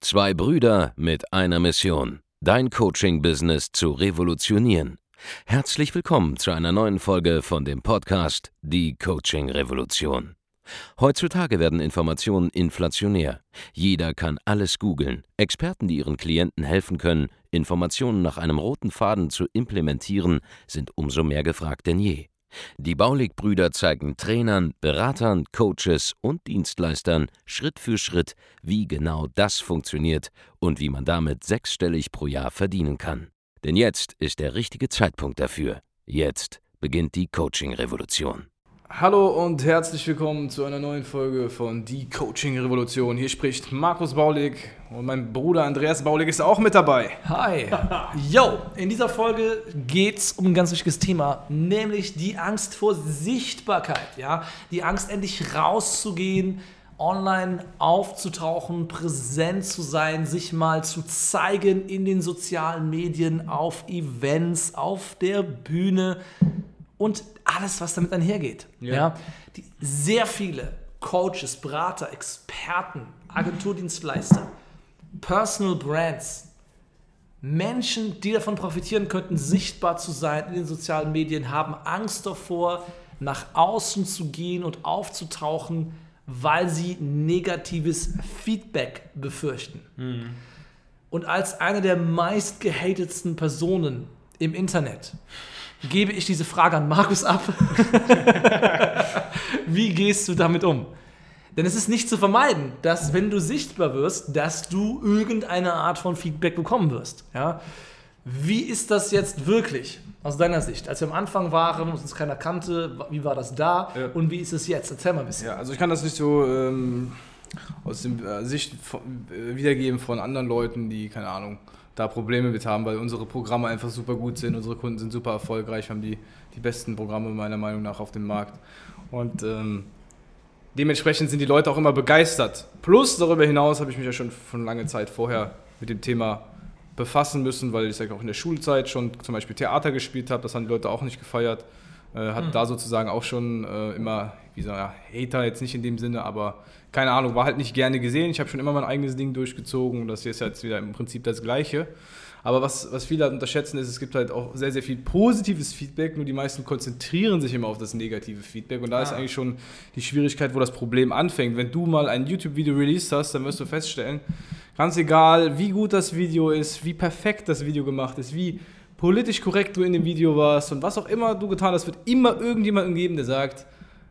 Zwei Brüder mit einer Mission, dein Coaching-Business zu revolutionieren. Herzlich willkommen zu einer neuen Folge von dem Podcast Die Coaching-Revolution. Heutzutage werden Informationen inflationär. Jeder kann alles googeln. Experten, die ihren Klienten helfen können, Informationen nach einem roten Faden zu implementieren, sind umso mehr gefragt denn je. Die Baulig-Brüder zeigen Trainern, Beratern, Coaches und Dienstleistern Schritt für Schritt, wie genau das funktioniert und wie man damit sechsstellig pro Jahr verdienen kann. Denn jetzt ist der richtige Zeitpunkt dafür. Jetzt beginnt die Coaching-Revolution. Hallo und herzlich willkommen zu einer neuen Folge von Die Coaching-Revolution. Hier spricht Markus Baulig und mein Bruder Andreas Baulig ist auch mit dabei. Hi. Yo, in dieser Folge geht es um ein ganz wichtiges Thema, nämlich die Angst vor Sichtbarkeit. Ja? Die Angst, endlich rauszugehen, online aufzutauchen, präsent zu sein, sich mal zu zeigen in den sozialen Medien, auf Events, auf der Bühne und alles, was damit einhergeht. Ja. Sehr viele Coaches, Berater, Experten, Agenturdienstleister, Personal Brands, Menschen, die davon profitieren könnten, sichtbar zu sein in den sozialen Medien, haben Angst davor, nach außen zu gehen und aufzutauchen, weil sie negatives Feedback befürchten. Mhm. Und als eine der meist gehatetsten Personen im Internet gebe ich diese Frage an Markus ab. Wie gehst du damit um? Denn es ist nicht zu vermeiden, dass, wenn du sichtbar wirst, dass du irgendeine Art von Feedback bekommen wirst. Ja? Wie ist das jetzt wirklich aus deiner Sicht? Als wir am Anfang waren und uns keiner kannte, wie war das da und wie ist es jetzt? Erzähl mal ein bisschen. Ja, also ich kann das nicht so aus der Sicht wiedergeben von anderen Leuten, die, keine Ahnung, da Probleme mit haben, weil unsere Programme einfach super gut sind, unsere Kunden sind super erfolgreich, wir haben die besten Programme meiner Meinung nach auf dem Markt und dementsprechend sind die Leute auch immer begeistert. Plus darüber hinaus habe ich mich ja schon von langer Zeit vorher mit dem Thema befassen müssen, weil ich auch in der Schulzeit schon zum Beispiel Theater gespielt habe, das haben die Leute auch nicht gefeiert, da sozusagen auch schon immer, Hater jetzt nicht in dem Sinne, aber keine Ahnung, war halt nicht gerne gesehen. Ich habe schon immer mein eigenes Ding durchgezogen. Das hier ist jetzt wieder im Prinzip das Gleiche. Aber was viele halt unterschätzen ist, es gibt halt auch sehr, sehr viel positives Feedback, nur die meisten konzentrieren sich immer auf das negative Feedback. Und da ist eigentlich schon die Schwierigkeit, wo das Problem anfängt. Wenn du mal ein YouTube-Video released hast, dann wirst du feststellen, ganz egal, wie gut das Video ist, wie perfekt das Video gemacht ist, wie politisch korrekt du in dem Video warst und was auch immer du getan hast, wird immer irgendjemanden geben, der sagt,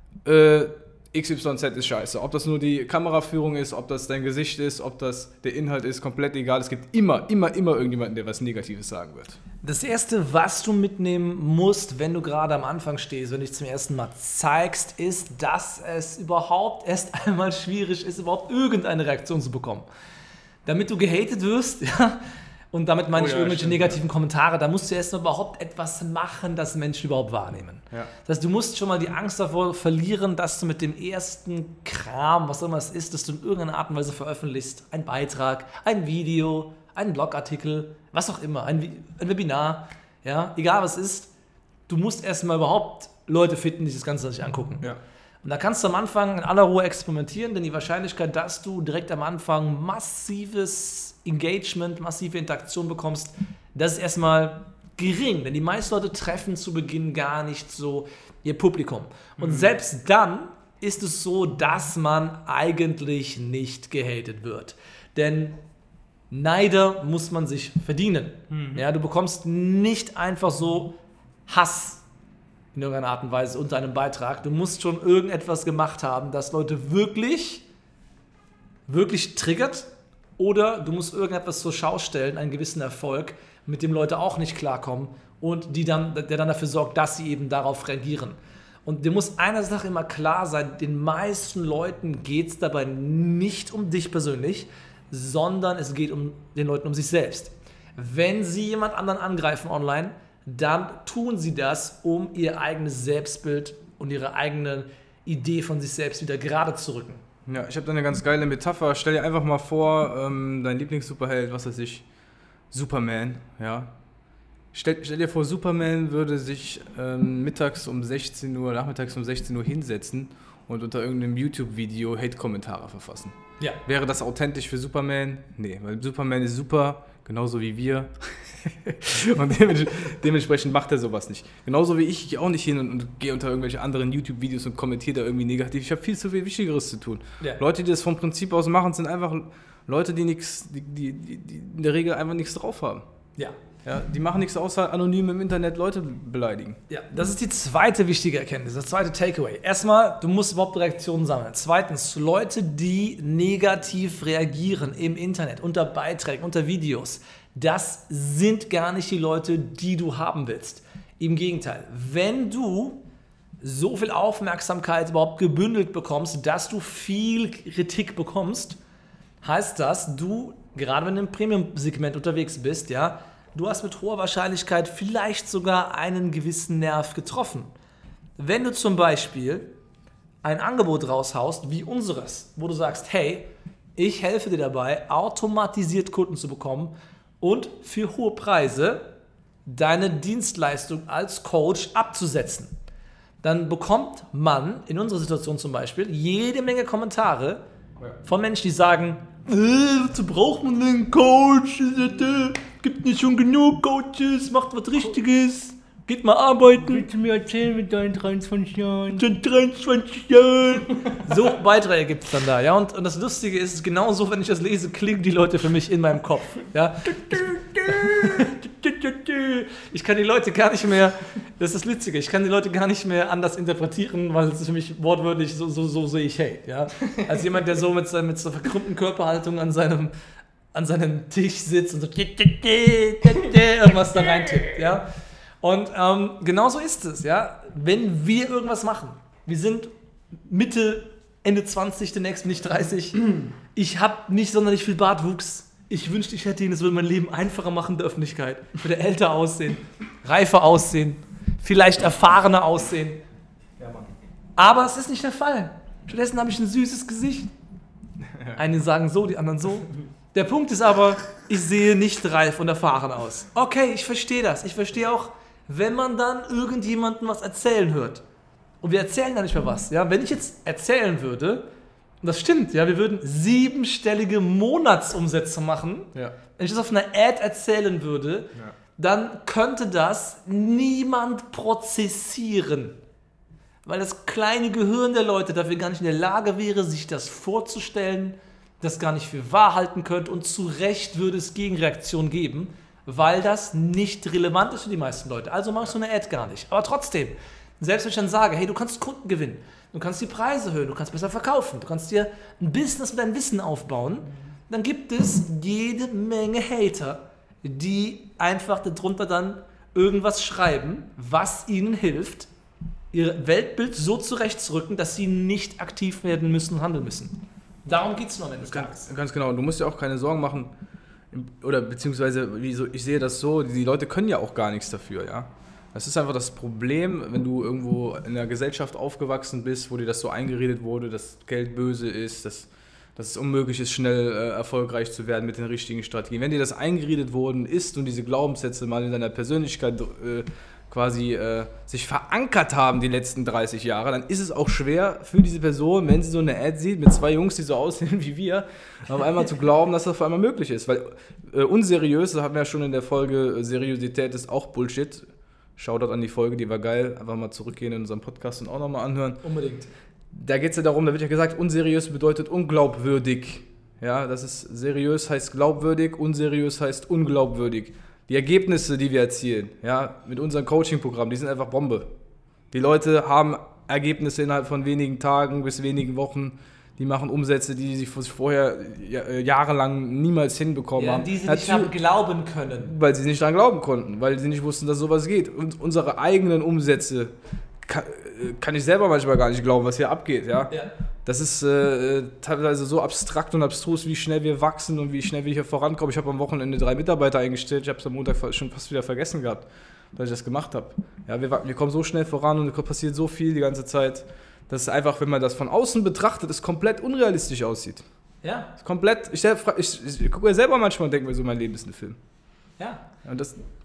XYZ ist scheiße. Ob das nur die Kameraführung ist, ob das dein Gesicht ist, ob das der Inhalt ist, komplett egal. Es gibt immer irgendjemanden, der was Negatives sagen wird. Das Erste, was du mitnehmen musst, wenn du gerade am Anfang stehst, wenn du dich zum ersten Mal zeigst, ist, dass es überhaupt erst einmal schwierig ist, überhaupt irgendeine Reaktion zu bekommen. Damit du gehatet wirst, ja, und damit meine ich irgendwelche negativen Kommentare, da musst du erst mal überhaupt etwas machen, das Menschen überhaupt wahrnehmen. Ja. Das heißt, du musst schon mal die Angst davor verlieren, dass du mit dem ersten Kram, was auch immer es ist, dass du in irgendeiner Art und Weise veröffentlichst, ein Beitrag, ein Video, einen Blogartikel, was auch immer, ein Webinar, ja, egal was es ist, du musst erst mal überhaupt Leute finden, die das Ganze sich angucken. Ja. Und da kannst du am Anfang in aller Ruhe experimentieren, denn die Wahrscheinlichkeit, dass du direkt am Anfang massives Engagement, massive Interaktion bekommst, das ist erstmal gering, denn die meisten Leute treffen zu Beginn gar nicht so ihr Publikum. Und selbst dann ist es so, dass man eigentlich nicht gehatet wird. Denn Neider muss man sich verdienen. Ja, du bekommst nicht einfach so Hass in irgendeiner Art und Weise unter einem Beitrag. Du musst schon irgendetwas gemacht haben, das Leute wirklich triggert, oder du musst irgendetwas zur Schau stellen, einen gewissen Erfolg, mit dem Leute auch nicht klarkommen und der dann dafür sorgt, dass sie eben darauf reagieren. Und dir muss eine Sache immer klar sein, den meisten Leuten geht es dabei nicht um dich persönlich, sondern es geht den Leuten um sich selbst. Wenn sie jemand anderen angreifen online, dann tun sie das, um ihr eigenes Selbstbild und ihre eigene Idee von sich selbst wieder gerade zu rücken. Ja, ich habe da eine ganz geile Metapher. Stell dir einfach mal vor, dein Lieblings-Superheld, was weiß ich, Superman, ja. Stell dir vor, Superman würde sich nachmittags um 16 Uhr hinsetzen und unter irgendeinem YouTube-Video Hate-Kommentare verfassen. Ja. Wäre das authentisch für Superman? Nee, weil Superman ist super, genauso wie wir. Und dementsprechend macht er sowas nicht. Genauso wie ich gehe auch nicht hin und gehe unter irgendwelche anderen YouTube-Videos und kommentiere da irgendwie negativ. Ich habe viel zu viel Wichtigeres zu tun. Ja. Leute, die das vom Prinzip aus machen, sind einfach Leute, die in der Regel einfach nichts drauf haben. Ja. Ja, die machen nichts außer anonym im Internet Leute beleidigen. Ja, das ist die zweite wichtige Erkenntnis, das zweite Takeaway. Erstmal, du musst überhaupt Reaktionen sammeln. Zweitens, Leute, die negativ reagieren im Internet, unter Beiträgen, unter Videos, das sind gar nicht die Leute, die du haben willst. Im Gegenteil, wenn du so viel Aufmerksamkeit überhaupt gebündelt bekommst, dass du viel Kritik bekommst, heißt das, du, gerade wenn du im Premium-Segment unterwegs bist, ja, du hast mit hoher Wahrscheinlichkeit vielleicht sogar einen gewissen Nerv getroffen. Wenn du zum Beispiel ein Angebot raushaust, wie unseres, wo du sagst, hey, ich helfe dir dabei, automatisiert Kunden zu bekommen und für hohe Preise deine Dienstleistung als Coach abzusetzen, dann bekommt man in unserer Situation zum Beispiel jede Menge Kommentare von Menschen, die sagen, wozu braucht man einen Coach? Gibt nicht schon genug Coaches, macht was Richtiges, geht mal arbeiten. Willst du mir erzählen mit deinen 23 Jahren? 23 Jahren. So Beiträge gibt es dann da, ja. Und das Lustige ist, genauso, wenn ich das lese, klingen die Leute für mich in meinem Kopf. Ja. Ich kann die Leute gar nicht mehr, das ist das Witzige, ich kann die Leute gar nicht mehr anders interpretieren, weil es für mich wortwörtlich so sehe ich Hate. Ja. Als jemand, der so mit so verkrümmten Körperhaltung an seinem Tisch sitzt und so irgendwas da reintippt. Ja. Und genauso ist es, ja. Wenn wir irgendwas machen, wir sind Mitte, Ende 20, demnächst bin ich 30, ich habe nicht sonderlich viel Bartwuchs. Ich wünschte, ich hätte ihn, es würde mein Leben einfacher machen in der Öffentlichkeit. Ich würde älter aussehen, reifer aussehen, vielleicht erfahrener aussehen. Ja, Mann. Aber es ist nicht der Fall. Stattdessen habe ich ein süßes Gesicht. Einige sagen so, die anderen so. Der Punkt ist aber, ich sehe nicht reif und erfahren aus. Okay, ich verstehe das. Ich verstehe auch, wenn man dann irgendjemandem was erzählen hört. Und wir erzählen da nicht mehr was. Ja? Wenn ich jetzt erzählen würde, und das stimmt, ja, wir würden 7-stellige Monatsumsätze machen. Ja. Wenn ich das auf einer Ad erzählen würde, dann könnte das niemand prozessieren. Weil das kleine Gehirn der Leute dafür gar nicht in der Lage wäre, sich das vorzustellen, das gar nicht für wahr halten könnte und zu Recht würde es Gegenreaktionen geben, weil das nicht relevant ist für die meisten Leute. Also machst du eine Ad gar nicht. Aber trotzdem, selbst wenn ich dann sage, hey, du kannst Kunden gewinnen, du kannst die Preise erhöhen, du kannst besser verkaufen, du kannst dir ein Business mit deinem Wissen aufbauen, dann gibt es jede Menge Hater, die einfach darunter dann irgendwas schreiben, was ihnen hilft, ihr Weltbild so zurechtzurücken, dass sie nicht aktiv werden müssen und handeln müssen. Darum geht es nur am Ende des Tages. Ganz genau. Du musst dir auch keine Sorgen machen, oder beziehungsweise, ich sehe das so, die Leute können ja auch gar nichts dafür, ja. Das ist einfach das Problem, wenn du irgendwo in einer Gesellschaft aufgewachsen bist, wo dir das so eingeredet wurde, dass Geld böse ist, dass es unmöglich ist, schnell erfolgreich zu werden mit den richtigen Strategien. Wenn dir das eingeredet worden ist und diese Glaubenssätze mal in deiner Persönlichkeit quasi sich verankert haben die letzten 30 Jahre, dann ist es auch schwer für diese Person, wenn sie so eine Ad sieht mit zwei Jungs, die so aussehen wie wir, auf einmal zu glauben, dass das auf einmal möglich ist. Weil unseriös, das haben wir ja schon in der Folge, Seriosität ist auch Bullshit. Shoutout an die Folge, die war geil. Einfach mal zurückgehen in unserem Podcast und auch nochmal anhören. Unbedingt. Da geht es ja darum, da wird ja gesagt, unseriös bedeutet unglaubwürdig. Ja, das ist seriös heißt glaubwürdig, unseriös heißt unglaubwürdig. Die Ergebnisse, die wir erzielen, ja, mit unserem Coaching-Programm, die sind einfach Bombe. Die Leute haben Ergebnisse innerhalb von wenigen Tagen bis wenigen Wochen. Die machen Umsätze, die sie vorher jahrelang niemals hinbekommen haben. Die sie nicht haben glauben können. Weil sie nicht daran glauben konnten, weil sie nicht wussten, dass sowas geht. Und unsere eigenen Umsätze kann ich selber manchmal gar nicht glauben, was hier abgeht. Ja? Das ist teilweise so abstrakt und abstrus, wie schnell wir wachsen und wie schnell wir hier vorankommen. Ich habe am Wochenende 3 Mitarbeiter eingestellt. Ich habe es am Montag schon fast wieder vergessen gehabt, dass ich das gemacht habe. Ja, wir kommen so schnell voran und es passiert so viel die ganze Zeit, dass es einfach, wenn man das von außen betrachtet, es komplett unrealistisch aussieht. Ja. Es komplett, ich gucke mir selber manchmal und denke mir so, mein Leben ist ein Film. Ja. Und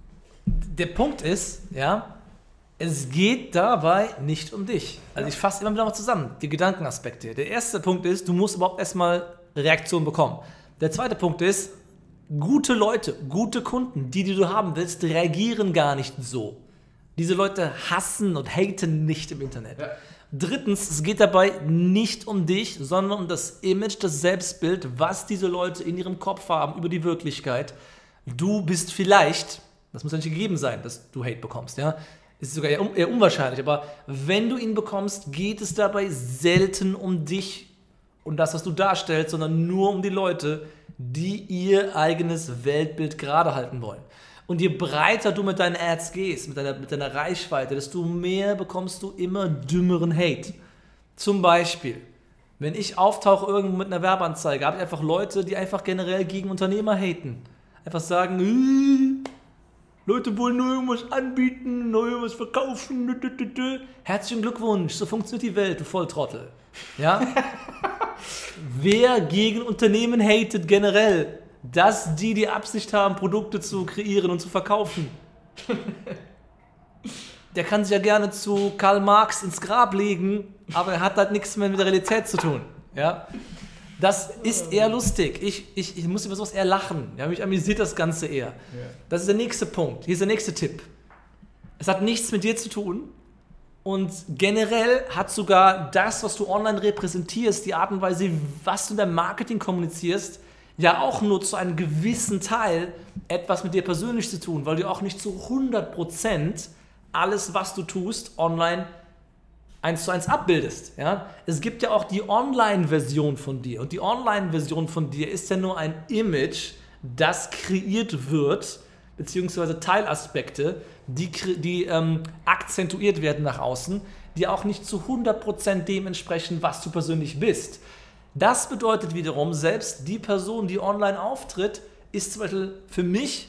der Punkt ist, ja, es geht dabei nicht um dich. Also ich fasse immer wieder mal zusammen, die Gedankenaspekte. Der erste Punkt ist, du musst überhaupt erstmal Reaktion bekommen. Der zweite Punkt ist, gute Leute, gute Kunden, die du haben willst, reagieren gar nicht so. Diese Leute hassen und haten nicht im Internet. Ja. Drittens, es geht dabei nicht um dich, sondern um das Image, das Selbstbild, was diese Leute in ihrem Kopf haben über die Wirklichkeit. Du bist vielleicht, das muss ja nicht gegeben sein, dass du Hate bekommst, ja, ist sogar eher unwahrscheinlich, aber wenn du ihn bekommst, geht es dabei selten um dich und das, was du darstellst, sondern nur um die Leute, die ihr eigenes Weltbild gerade halten wollen. Und je breiter du mit deinen Ads gehst, mit deiner Reichweite, desto mehr bekommst du immer dümmeren Hate. Zum Beispiel, wenn ich auftauche irgendwo mit einer Werbeanzeige, habe ich einfach Leute, die einfach generell gegen Unternehmer haten. Einfach sagen, Leute wollen nur irgendwas anbieten, nur irgendwas verkaufen. Herzlichen Glückwunsch, so funktioniert die Welt, du Volltrottel. Ja? Wer gegen Unternehmen hatet generell, dass die Absicht haben, Produkte zu kreieren und zu verkaufen. Der kann sich ja gerne zu Karl Marx ins Grab legen, aber er hat halt nichts mehr mit der Realität zu tun. Ja? Das ist eher lustig. Ich muss über sowas eher lachen. Ja, mich amüsiert das Ganze eher. Das ist der nächste Punkt. Hier ist der nächste Tipp. Es hat nichts mit dir zu tun und generell hat sogar das, was du online repräsentierst, die Art und Weise, was du in deinem Marketing kommunizierst, ja auch nur zu einem gewissen Teil etwas mit dir persönlich zu tun, weil du auch nicht zu 100% alles, was du tust, online 1:1 abbildest. Ja? Es gibt ja auch die Online-Version von dir und die Online-Version von dir ist ja nur ein Image, das kreiert wird, beziehungsweise Teilaspekte, die akzentuiert werden nach außen, die auch nicht zu 100% dem entsprechen, was du persönlich bist. Das bedeutet wiederum, selbst die Person, die online auftritt, ist zum Beispiel für mich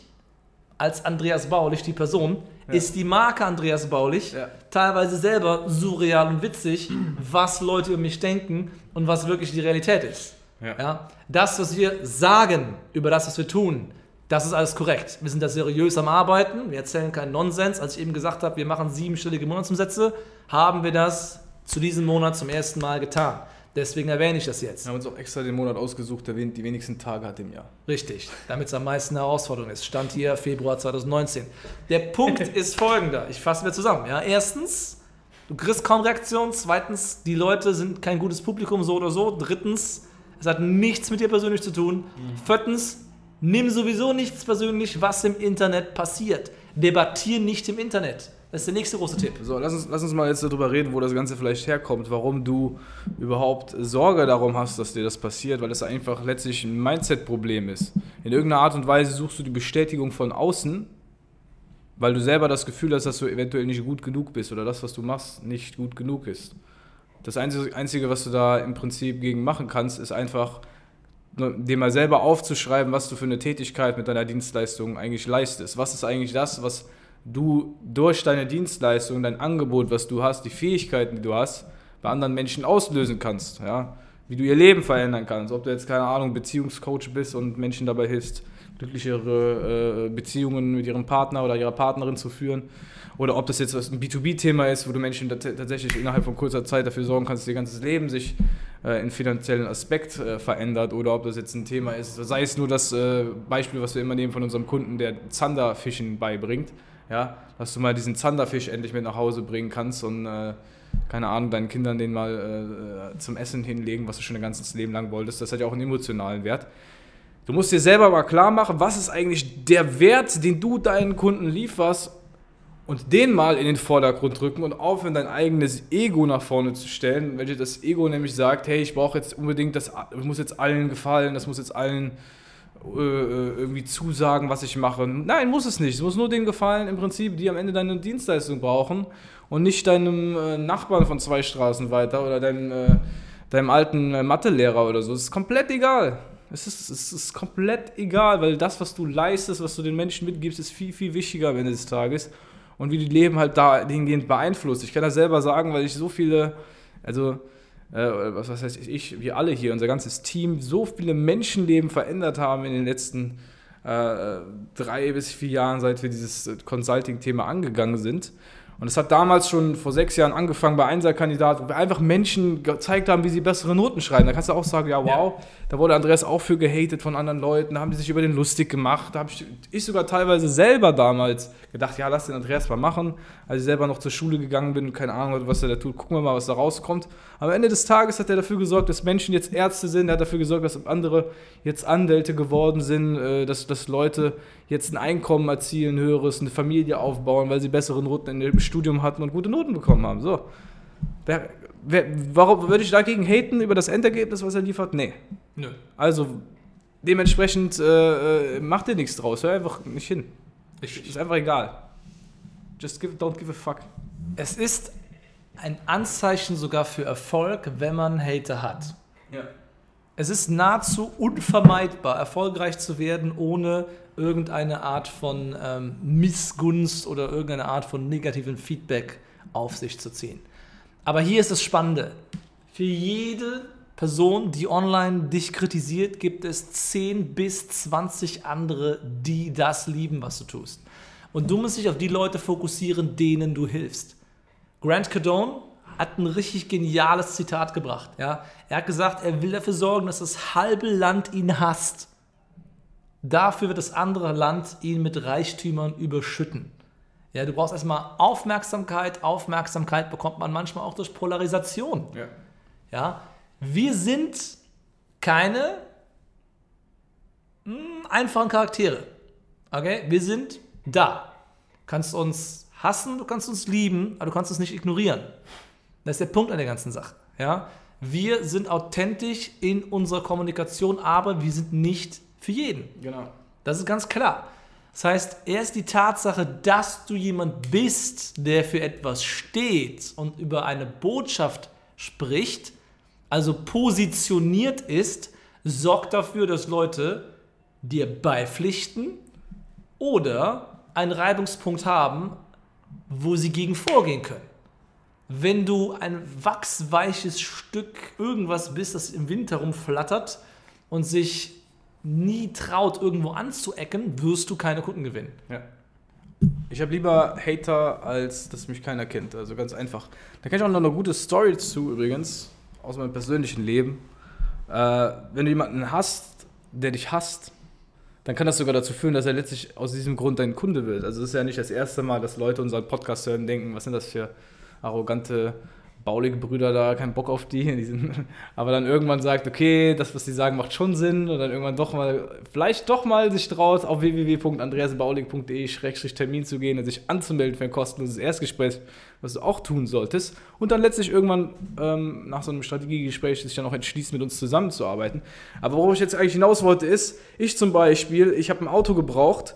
als Andreas Baulich, die Person, ist die Marke Andreas Baulich teilweise selber surreal und witzig, was Leute über mich denken und was wirklich die Realität ist. Ja? Das, was wir sagen über das, was wir tun, das ist alles korrekt. Wir sind da seriös am Arbeiten, wir erzählen keinen Nonsens. Als ich eben gesagt habe, wir machen 7-stellige Monatsumsätze, haben wir das zu diesem Monat zum ersten Mal getan. Deswegen erwähne ich das jetzt. Wir haben uns auch extra den Monat ausgesucht, der die wenigsten Tage hat im Jahr. Richtig, damit es am meisten Herausforderung ist. Stand hier Februar 2019. Der Punkt ist folgender. Ich fasse mir zusammen. Ja, erstens, du kriegst kaum Reaktion. Zweitens, die Leute sind kein gutes Publikum, so oder so. Drittens, es hat nichts mit dir persönlich zu tun. Viertens, nimm sowieso nichts persönlich, was im Internet passiert. Debattier nicht im Internet. Das ist der nächste große Tipp. So, lass uns mal jetzt darüber reden, wo das Ganze vielleicht herkommt, warum du überhaupt Sorge darum hast, dass dir das passiert, weil das einfach letztlich ein Mindset-Problem ist. In irgendeiner Art und Weise suchst du die Bestätigung von außen, weil du selber das Gefühl hast, dass du eventuell nicht gut genug bist oder das, was du machst, nicht gut genug ist. Das Einzige, was du da im Prinzip gegen machen kannst, ist einfach, dir mal selber aufzuschreiben, was du für eine Tätigkeit mit deiner Dienstleistung eigentlich leistest. Was ist eigentlich das, was du durch deine Dienstleistung, dein Angebot, was du hast, die Fähigkeiten, die du hast, bei anderen Menschen auslösen kannst, ja? Wie du ihr Leben verändern kannst, ob du jetzt, keine Ahnung, Beziehungscoach bist und Menschen dabei hilfst, glücklichere Beziehungen mit ihrem Partner oder ihrer Partnerin zu führen, oder ob das jetzt ein B2B-Thema ist, wo du Menschen tatsächlich innerhalb von kurzer Zeit dafür sorgen kannst, dass ihr ganzes Leben sich in finanziellen Aspekt verändert, oder ob das jetzt ein Thema ist, sei es nur das Beispiel, was wir immer nehmen von unserem Kunden, der Zanderfischen beibringt, ja, dass du mal diesen Zanderfisch endlich mit nach Hause bringen kannst und, keine Ahnung, deinen Kindern den mal zum Essen hinlegen, was du schon dein ganzes Leben lang wolltest. Das hat ja auch einen emotionalen Wert. Du musst dir selber mal klar machen, was ist eigentlich der Wert, den du deinen Kunden lieferst, und den mal in den Vordergrund rücken und aufhören, dein eigenes Ego nach vorne zu stellen, welches das Ego nämlich sagt, hey, ich brauche jetzt unbedingt ich muss jetzt allen gefallen, das muss jetzt allen irgendwie zusagen, was ich mache. Nein, muss es nicht. Es muss nur denen gefallen, im Prinzip, die am Ende deine Dienstleistung brauchen und nicht deinem Nachbarn von 2 Straßen weiter oder deinem alten Mathelehrer oder so. Es ist komplett egal. Es ist komplett egal, weil das, was du leistest, was du den Menschen mitgibst, ist viel, viel wichtiger am Ende des Tages und wie die Leben halt dahingehend beeinflusst. Ich kann das selber sagen, weil ich so viele, was heißt ich, wir alle hier, unser ganzes Team, so viele Menschenleben verändert haben in den letzten 3 bis 4 Jahren, seit wir dieses Consulting-Thema angegangen sind. Und es hat damals schon vor 6 Jahren angefangen bei Einser-Kandidat, wo wir einfach Menschen gezeigt haben, wie sie bessere Noten schreiben. Da kannst du auch sagen, ja wow, da wurde Andreas auch für gehatet von anderen Leuten, da haben die sich über den lustig gemacht. Da habe ich sogar teilweise selber damals gedacht, ja, lass den Andreas mal machen, als ich selber noch zur Schule gegangen bin und keine Ahnung hatte, was er da tut. Gucken wir mal, was da rauskommt. Am Ende des Tages hat er dafür gesorgt, dass Menschen jetzt Ärzte sind, er hat dafür gesorgt, dass andere jetzt Anwälte geworden sind, dass Leute jetzt ein Einkommen erzielen, höheres, eine Familie aufbauen, weil sie bessere Noten im Studium hatten und gute Noten bekommen haben. So. Warum würde ich dagegen haten über das Endergebnis, was er liefert? Nee. Nö. Also dementsprechend macht ihr nichts draus. Hör einfach nicht hin. Ist einfach egal. Don't give a fuck. Es ist ein Anzeichen sogar für Erfolg, wenn man Hater hat. Ja. Es ist nahezu unvermeidbar, erfolgreich zu werden, ohne irgendeine Art von Missgunst oder irgendeine Art von negativem Feedback auf sich zu ziehen. Aber hier ist das Spannende. Für jede Person, die online dich kritisiert, gibt es 10 bis 20 andere, die das lieben, was du tust. Und du musst dich auf die Leute fokussieren, denen du hilfst. Grant Cardone hat ein richtig geniales Zitat gebracht. Ja? Er hat gesagt, er will dafür sorgen, dass das halbe Land ihn hasst. Dafür wird das andere Land ihn mit Reichtümern überschütten. Ja, du brauchst erstmal Aufmerksamkeit. Aufmerksamkeit bekommt man manchmal auch durch Polarisation. Ja. Ja? Wir sind keine einfachen Charaktere. Okay? Wir sind da. Du kannst uns hassen, du kannst uns lieben, aber du kannst uns nicht ignorieren. Das ist der Punkt an der ganzen Sache. Ja? Wir sind authentisch in unserer Kommunikation, aber wir sind nicht für jeden. Genau. Das ist ganz klar. Das heißt, erst die Tatsache, dass du jemand bist, der für etwas steht und über eine Botschaft spricht, also positioniert ist, sorgt dafür, dass Leute dir beipflichten oder einen Reibungspunkt haben, wo sie gegen vorgehen können. Wenn du ein wachsweiches Stück irgendwas bist, das im Wind herumflattert und sich nie traut, irgendwo anzuecken, wirst du keine Kunden gewinnen. Ja. Ich habe lieber Hater, als dass mich keiner kennt. Also ganz einfach. Da kann ich auch noch eine gute Story zu übrigens, aus meinem persönlichen Leben. Wenn du jemanden hast, der dich hasst, dann kann das sogar dazu führen, dass er letztlich aus diesem Grund dein Kunde wird. Also es ist ja nicht das erste Mal, dass Leute unseren Podcast hören und denken, was sind das für arrogante, baulige Brüder da, kein Bock auf die. Aber dann irgendwann sagt, okay, das, was die sagen, macht schon Sinn. Und dann irgendwann vielleicht doch mal sich traut, auf www.andreasbaulig.de/Termin zu gehen und sich anzumelden für ein kostenloses Erstgespräch, was du auch tun solltest. Und dann letztlich irgendwann nach so einem Strategiegespräch sich dann auch entschließt, mit uns zusammenzuarbeiten. Aber worauf ich jetzt eigentlich hinaus wollte, ist, ich zum Beispiel, ich habe ein Auto gebraucht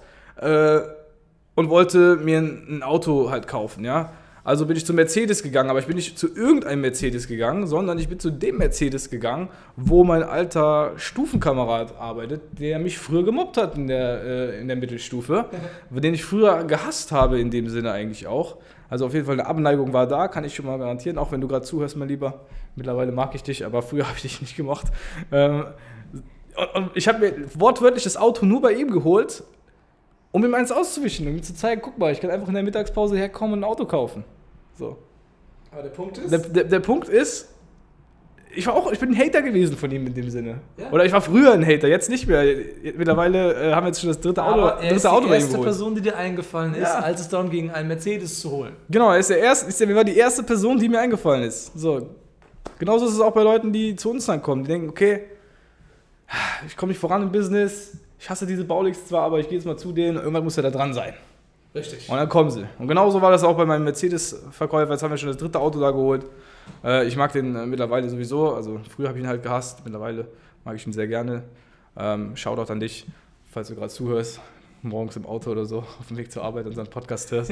und wollte mir ein Auto halt kaufen, ja. Also bin ich zu Mercedes gegangen, aber ich bin nicht zu irgendeinem Mercedes gegangen, sondern ich bin zu dem Mercedes gegangen, wo mein alter Stufenkamerad arbeitet, der mich früher gemobbt hat in der Mittelstufe, den ich früher gehasst habe in dem Sinne eigentlich auch. Also auf jeden Fall eine Abneigung war da, kann ich schon mal garantieren, auch wenn du gerade zuhörst, mein Lieber. Mittlerweile mag ich dich, aber früher habe ich dich nicht gemocht. Und ich habe mir wortwörtlich das Auto nur bei ihm geholt, um ihm eins auszuwischen, um ihm zu zeigen, guck mal, ich kann einfach in der Mittagspause herkommen und ein Auto kaufen. So. Aber der Punkt ist? Der Punkt ist, ich bin ein Hater gewesen von ihm in dem Sinne. Ja. Oder ich war früher ein Hater, jetzt nicht mehr. Mittlerweile haben wir jetzt schon das dritte Auto Aber er ist die bei ihm erste geholt. Person, die dir eingefallen ist, als es darum ging, einen Mercedes zu holen. Genau, er war die erste Person, die mir eingefallen ist. So. Genauso ist es auch bei Leuten, die zu uns dann kommen. Die denken, okay, ich komme nicht voran im Business, ich hasse diese Bauligs zwar, aber ich gehe jetzt mal zu denen, irgendwann muss er da dran sein. Richtig. Und dann kommen sie. Und genauso war das auch bei meinem Mercedes-Verkäufer. Jetzt haben wir schon das dritte Auto da geholt. Ich mag den mittlerweile sowieso. Also früher habe ich ihn halt gehasst. Mittlerweile mag ich ihn sehr gerne. Shoutout an dich, falls du gerade zuhörst. Morgens im Auto oder so, auf dem Weg zur Arbeit unseren Podcast hörst.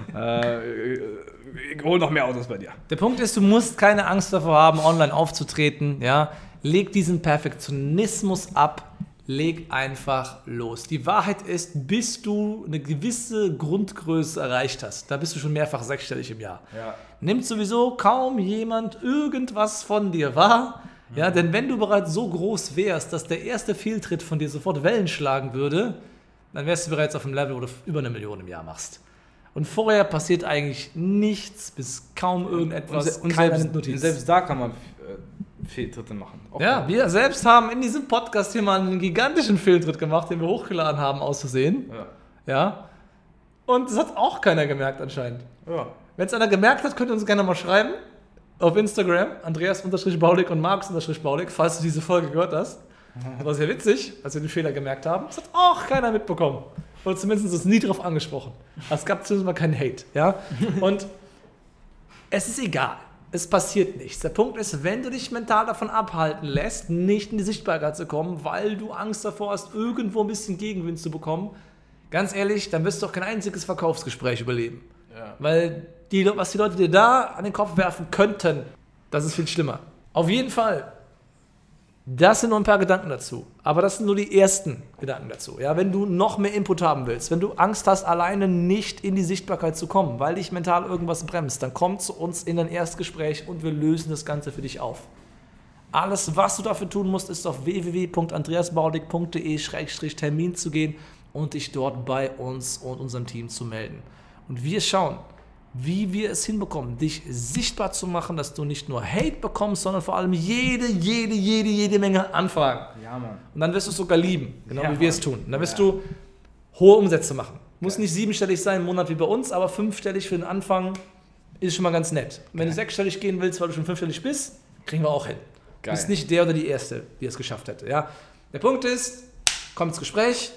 Hol noch mehr Autos bei dir. Der Punkt ist, du musst keine Angst davor haben, online aufzutreten. Ja? Leg diesen Perfektionismus ab. Leg einfach los. Die Wahrheit ist, bis du eine gewisse Grundgröße erreicht hast, da bist du schon mehrfach sechsstellig im Jahr, nimmt sowieso kaum jemand irgendwas von dir wahr. Ja, denn wenn du bereits so groß wärst, dass der erste Fehltritt von dir sofort Wellen schlagen würde, dann wärst du bereits auf einem Level, wo du über 1 Million im Jahr machst. Und vorher passiert eigentlich nichts, bis kaum irgendetwas, Und keiner selbst, nimmt Notiz. selbst da kann man Fehltritte machen. Auch Ja, wir selbst haben in diesem Podcast hier mal einen gigantischen Fehltritt gemacht, den wir hochgeladen haben, aus Versehen. Ja. Und das hat auch keiner gemerkt anscheinend. Ja. Wenn es einer gemerkt hat, könnt ihr uns gerne mal schreiben. Auf Instagram, Andreas-Baulig und Markus-Baulig, falls du diese Folge gehört hast. Das war sehr witzig, als wir den Fehler gemerkt haben. Das hat auch keiner mitbekommen. Oder zumindest ist nie drauf angesprochen. Es gab zumindest mal keinen Hate. Ja? Und es ist egal. Es passiert nichts. Der Punkt ist, wenn du dich mental davon abhalten lässt, nicht in die Sichtbarkeit zu kommen, weil du Angst davor hast, irgendwo ein bisschen Gegenwind zu bekommen, ganz ehrlich, dann wirst du auch kein einziges Verkaufsgespräch überleben. Ja. Weil was die Leute dir da an den Kopf werfen könnten, das ist viel schlimmer. Auf jeden Fall. Das sind nur ein paar Gedanken dazu. Aber das sind nur die ersten Gedanken dazu. Ja, wenn du noch mehr Input haben willst, wenn du Angst hast, alleine nicht in die Sichtbarkeit zu kommen, weil dich mental irgendwas bremst, dann komm zu uns in ein Erstgespräch und wir lösen das Ganze für dich auf. Alles, was du dafür tun musst, ist auf www.andreasbaulig.de/Termin zu gehen und dich dort bei uns und unserem Team zu melden. Und wir schauen, wie wir es hinbekommen, dich sichtbar zu machen, dass du nicht nur Hate bekommst, sondern vor allem jede Menge Anfragen. Ja, Mann. Und dann wirst du es sogar lieben, genau Ja, wie wir es tun. Und dann wirst du hohe Umsätze machen. Muss nicht 7-stellig sein im Monat wie bei uns, aber 5-stellig für den Anfang ist schon mal ganz nett. Und wenn du 6-stellig gehen willst, weil du schon 5-stellig bist, kriegen wir auch hin. Du bist nicht der oder die Erste, die es geschafft hätte. Ja? Der Punkt ist, komm ins Gespräch,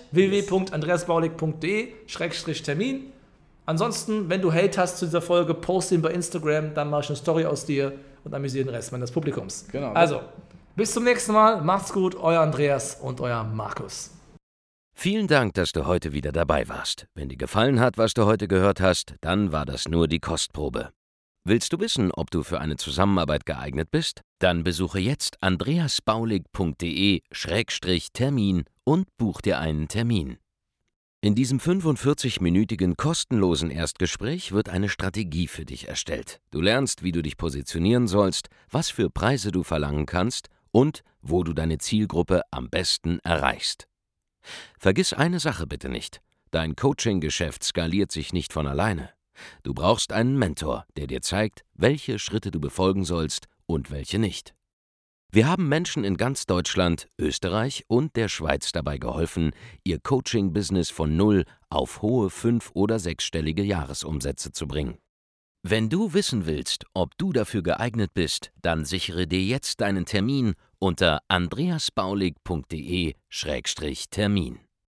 www.andreasbaulig.de/Termin. Ansonsten, wenn du Hate hast zu dieser Folge, poste ihn bei Instagram, dann mache ich eine Story aus dir und amüsiere den Rest meines Publikums. Genau. Also, bis zum nächsten Mal. Macht's gut, euer Andreas und euer Markus. Vielen Dank, dass du heute wieder dabei warst. Wenn dir gefallen hat, was du heute gehört hast, dann war das nur die Kostprobe. Willst du wissen, ob du für eine Zusammenarbeit geeignet bist? Dann besuche jetzt andreasbaulig.de/Termin und buch dir einen Termin. In diesem 45-minütigen kostenlosen Erstgespräch wird eine Strategie für dich erstellt. Du lernst, wie du dich positionieren sollst, was für Preise du verlangen kannst und wo du deine Zielgruppe am besten erreichst. Vergiss eine Sache bitte nicht: Dein Coaching-Geschäft skaliert sich nicht von alleine. Du brauchst einen Mentor, der dir zeigt, welche Schritte du befolgen sollst und welche nicht. Wir haben Menschen in ganz Deutschland, Österreich und der Schweiz dabei geholfen, ihr Coaching-Business von 0 auf hohe 5- oder 6-stellige Jahresumsätze zu bringen. Wenn du wissen willst, ob du dafür geeignet bist, dann sichere dir jetzt deinen Termin unter andreasbaulig.de/Termin.